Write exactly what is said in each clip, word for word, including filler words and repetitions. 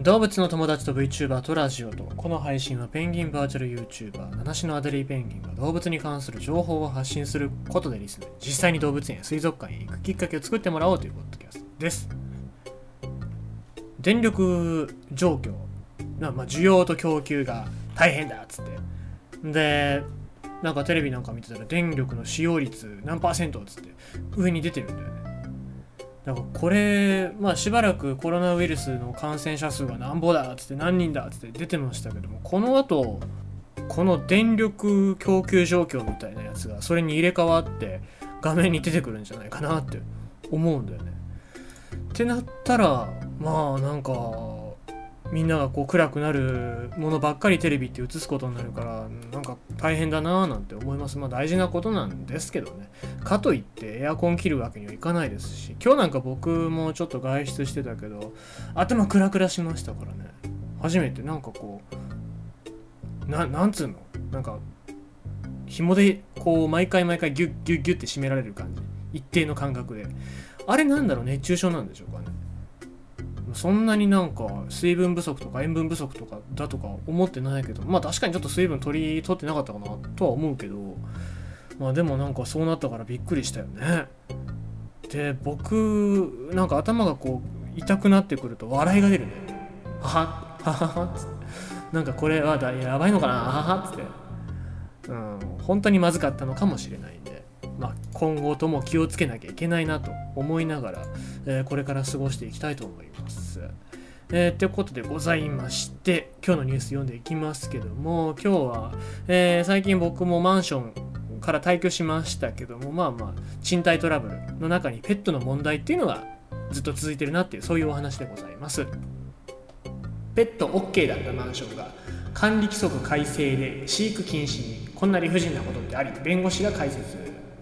動物の友達と VTuber とラジオと、この配信はペンギンバーチャル YouTuber 七種のアデリーペンギンが動物に関する情報を発信することでリスナーに実際に動物園や水族館へ行くきっかけを作ってもらおうというポッドキャストです。電力状況、まあ、需要と供給が大変だっつって、でなんかテレビなんか見てたら電力の使用率何パーセントっつって上に出てるんだよね。だからこれ、まあしばらくコロナウイルスの感染者数が何ぼだっつって何人だっつって出てましたけども、この後この電力供給状況みたいなやつがそれに入れ替わって画面に出てくるんじゃないかなって思うんだよね。ってなったらまあなんかみんながこう暗くなるものばっかりテレビって映すことになるから、なんか大変だなぁなんて思います。まあ大事なことなんですけどね。かといってエアコン切るわけにはいかないですし、今日なんか僕もちょっと外出してたけど頭クラクラしましたからね。初めてなんかこうななんつうのなんか紐でこう毎回毎回ギュッギュッギュッって締められる感じ、一定の感覚で、あれなんだろう、熱中症なんでしょうかね。そんなになんか水分不足とか塩分不足とかだとか思ってないけど、まあ確かにちょっと水分取り取ってなかったかなとは思うけど、まあでもなんかそうなったからびっくりしたよね。で僕なんか頭がこう痛くなってくると笑いが出るね。はははははっつって、なんかこれはだやばいのかなははっつって、うん、本当にまずかったのかもしれないんで、まあ、今後とも気をつけなきゃいけないなと思いながら、えー、これから過ごしていきたいと思います。えー、ってことでございまして、今日のニュース読んでいきますけども、今日は、えー、最近僕もマンションから退去しましたけども、まあまあ賃貸トラブルの中にペットの問題っていうのがずっと続いてるなっていう、そういうお話でございます。ペット OK だったマンションが管理規則改正で飼育禁止に、こんな理不尽なことってあり、弁護士が解説。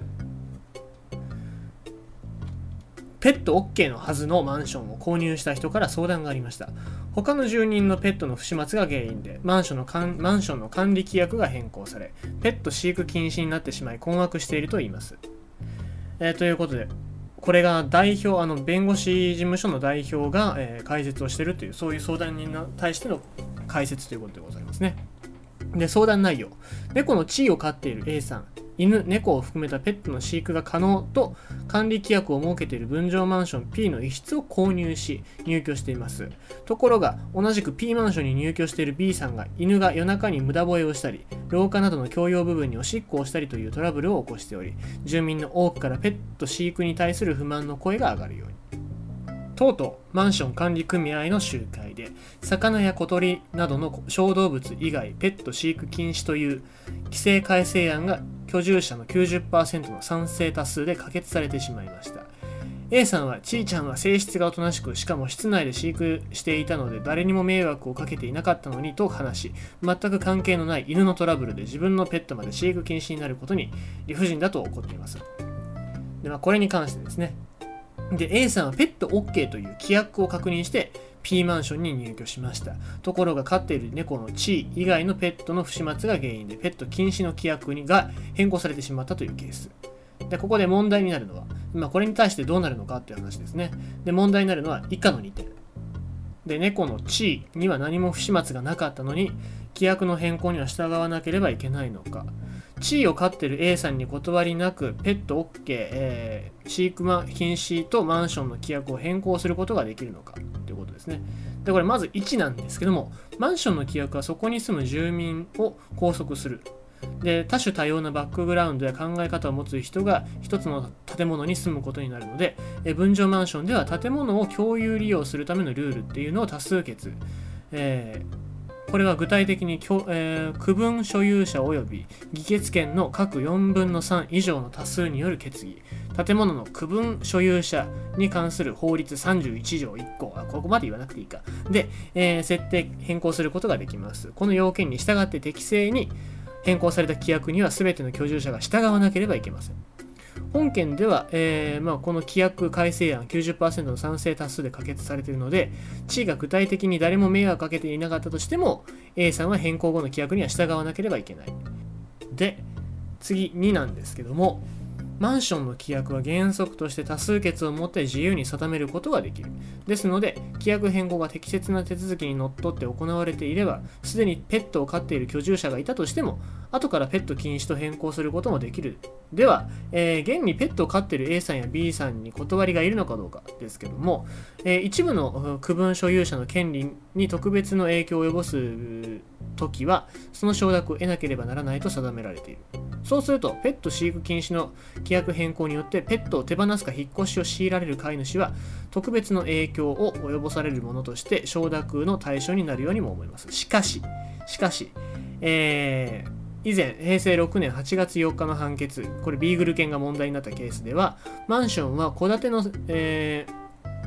ペット OK のはずのマンションを購入した人から相談がありました。他の住人のペットの不始末が原因でマンションのかんマンションの管理規約が変更され、ペット飼育禁止になってしまい困惑しているといいます。えー、ということで、これが代表あの弁護士事務所の代表が、えー、解説をしているという、そういう相談に対しての解説ということでございますね。で、相談内容、猫のチーを飼っている A さん、犬、猫を含めたペットの飼育が可能と管理規約を設けている分譲マンション P の一室を購入し入居しています。ところが同じく P マンションに入居している B さんが犬が夜中に無駄吠えをしたり、廊下などの共用部分におしっこをしたりというトラブルを起こしており、住民の多くからペット飼育に対する不満の声が上がるように。とうとうマンション管理組合の集会で魚や小鳥などの小動物以外ペット飼育禁止という規制改正案が居住者の きゅうじゅっパーセント の賛成多数で可決されてしまいました。 A さんはちーちゃんは性質がおとなしく、しかも室内で飼育していたので誰にも迷惑をかけていなかったのにと話し、全く関係のない犬のトラブルで自分のペットまで飼育禁止になることに理不尽だと怒っています。で、まあ、これに関してですね、で A さんはペット OK という規約を確認して P マンションに入居しました。ところが飼っている猫のチー以外のペットの不始末が原因でペット禁止の規約にが変更されてしまったというケースで、ここで問題になるのは、まあ、これに対してどうなるのかという話ですね。で、問題になるのは以下のにてんで、猫のチーには何も不始末がなかったのに規約の変更には従わなければいけないのか、チーを飼っている A さんに断りなくペット OK、えー、飼育禁止とマンションの規約を変更することができるのかということですね。で、これまずいちなんですけども、マンションの規約はそこに住む住民を拘束する。で、多種多様なバックグラウンドや考え方を持つ人が一つの建物に住むことになるので、え分譲マンションでは建物を共有利用するためのルールっていうのを多数決、えーこれは具体的に、えー、区分所有者及び議決権の各よんぶんのさん以上の多数による決議、建物の区分所有者に関する法律さんじゅういち条いっ項、あ、ここまで言わなくていいか。で、えー、設定、変更することができます。この要件に従って適正に変更された規約には全ての居住者が従わなければいけません。本件では、えーまあ、この規約改正案 きゅうじゅっパーセント の賛成多数で可決されているので、地位が具体的に誰も迷惑をかけていなかったとしても A さんは変更後の規約には従わなければいけない。で、次になんですけども、 マンションの規約は原則として多数決をもって自由に定めることができる。ですので、規約変更が適切な手続きにのっとって行われていれば、すでにペットを飼っている居住者がいたとしても、後からペット禁止と変更することもできる。では、えー、現にペットを飼っている A さんや B さんに断りがいるのかどうかですけども、えー、一部の区分所有者の権利に特別の影響を及ぼすときは、その承諾を得なければならないと定められている。そうすると、ペット飼育禁止の規約変更によって、ペットを手放すか引っ越しを強いられる飼い主は、特別の影響を及ぼされるものとして、承諾の対象になるようにも思います。しかし、しかし、えー、以前、へいせいろくねんはちがつよっかの判決、これビーグル犬が問題になったケースでは、マンションは戸建ての、えー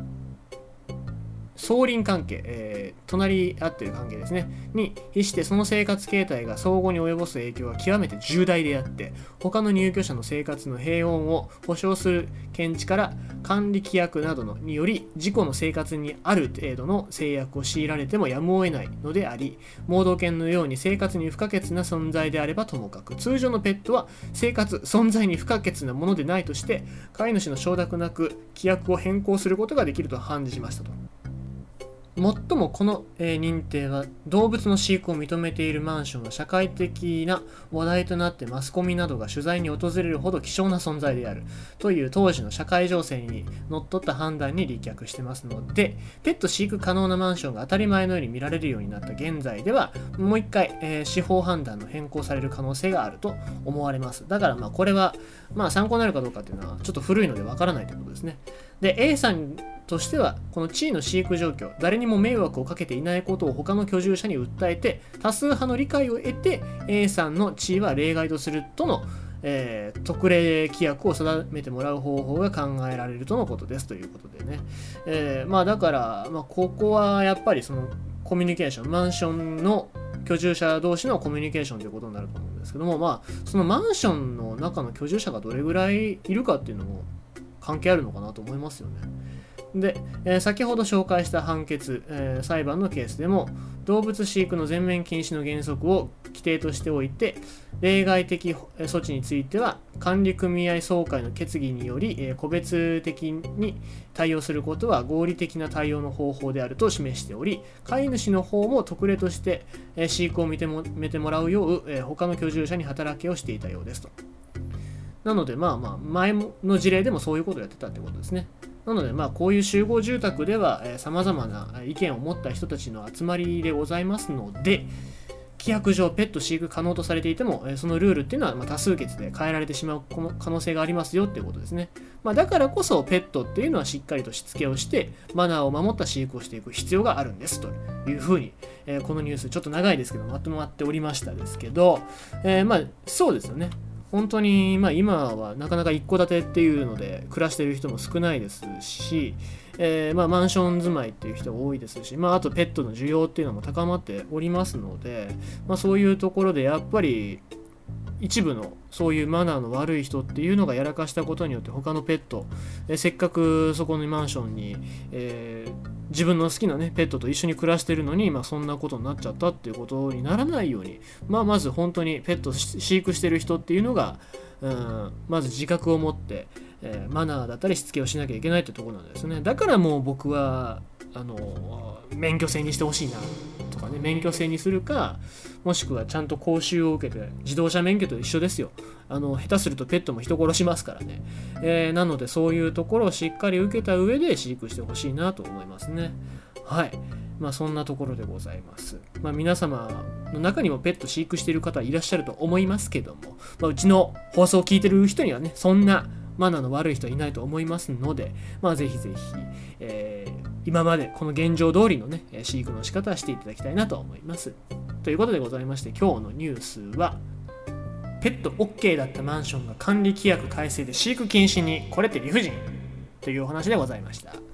相鄰関係、えー、隣り合っている関係ですね、に比してその生活形態が相互に及ぼす影響は極めて重大であって、他の入居者の生活の平穏を保障する見地から管理規約などのにより自己の生活にある程度の制約を強いられてもやむを得ないのであり、盲導犬のように生活に不可欠な存在であればともかく、通常のペットは生活、存在に不可欠なものでないとして、飼い主の承諾なく規約を変更することができると判事しましたと。もっともこの、えー、認定は動物の飼育を認めているマンションが社会的な話題となってマスコミなどが取材に訪れるほど希少な存在であるという当時の社会情勢にのっとった判断に立脚してますので、ペット飼育可能なマンションが当たり前のように見られるようになった現在ではもう一回、えー、司法判断の変更される可能性があると思われます。だからまあこれはまあ参考になるかどうかっていうのはちょっと古いのでわからないということですね。で A さんとしてはこの地位の飼育状況、誰にも迷惑をかけていないことを他の居住者に訴えて多数派の理解を得て A さんの地位は例外とするとの、えー、特例規約を定めてもらう方法が考えられるとのことですということでね、えー、まあだから、まあ、ここはやっぱりそのコミュニケーション、マンションの居住者同士のコミュニケーションということになると思うんですけども、まあそのマンションの中の居住者がどれぐらいいるかっていうのも関係あるのかなと思いますよね。で、えー、先ほど紹介した判決、えー、裁判のケースでも動物飼育の全面禁止の原則を規定としておいて、例外的措置については管理組合総会の決議により、えー、個別的に対応することは合理的な対応の方法であると示しており、飼い主の方も特例として、えー、飼育を認めめてもらうよう、えー、他の居住者に働きをしていたようですと。なのでまあまあ前の事例でもそういうことをやってたってことですね。なのでまあこういう集合住宅ではさまざまな意見を持った人たちの集まりでございますので、規約上ペット飼育可能とされていてもそのルールっていうのはまあ多数決で変えられてしまう可能性がありますよっていうことですね。まあ、だからこそペットっていうのはしっかりとしつけをしてマナーを守った飼育をしていく必要があるんですというふうに、えー、このニュースちょっと長いですけどまとまっておりましたですけど、えー、まあそうですよね。本当に、まあ、今はなかなか一戸建てっていうので暮らしている人も少ないですし、えーまあ、マンション住まいっていう人が多いですし、まあ、あとペットの需要っていうのも高まっておりますので、まあ、そういうところでやっぱり一部のそういうマナーの悪い人っていうのがやらかしたことによって他のペット、えー、せっかくそこのマンションに、えー、自分の好きな、ね、ペットと一緒に暮らしてるのに、まあ、そんなことになっちゃったっていうことにならないように、まあ、まず本当にペット飼育してる人っていうのが、うん、まず自覚を持って、えー、マナーだったりしつけをしなきゃいけないってところなんですね。だからもう僕はあの免許制にしてほしいなとかね、免許制にするかもしくはちゃんと講習を受けて、自動車免許と一緒ですよ。あの下手するとペットも人殺しますからね、えー、なのでそういうところをしっかり受けた上で飼育してほしいなと思いますね。はい、まあそんなところでございます。まあ皆様の中にもペット飼育している方いらっしゃると思いますけども、まあ、うちの放送を聞いてる人にはねそんなマナーの悪い人はいないと思いますので、まあぜひぜひ、えー、今までこの現状通りのね飼育の仕方はしていただきたいなと思います。ということでございまして、今日のニュースはペット OK だったマンションが管理規約改正で飼育禁止に、これって理不尽というお話でございました。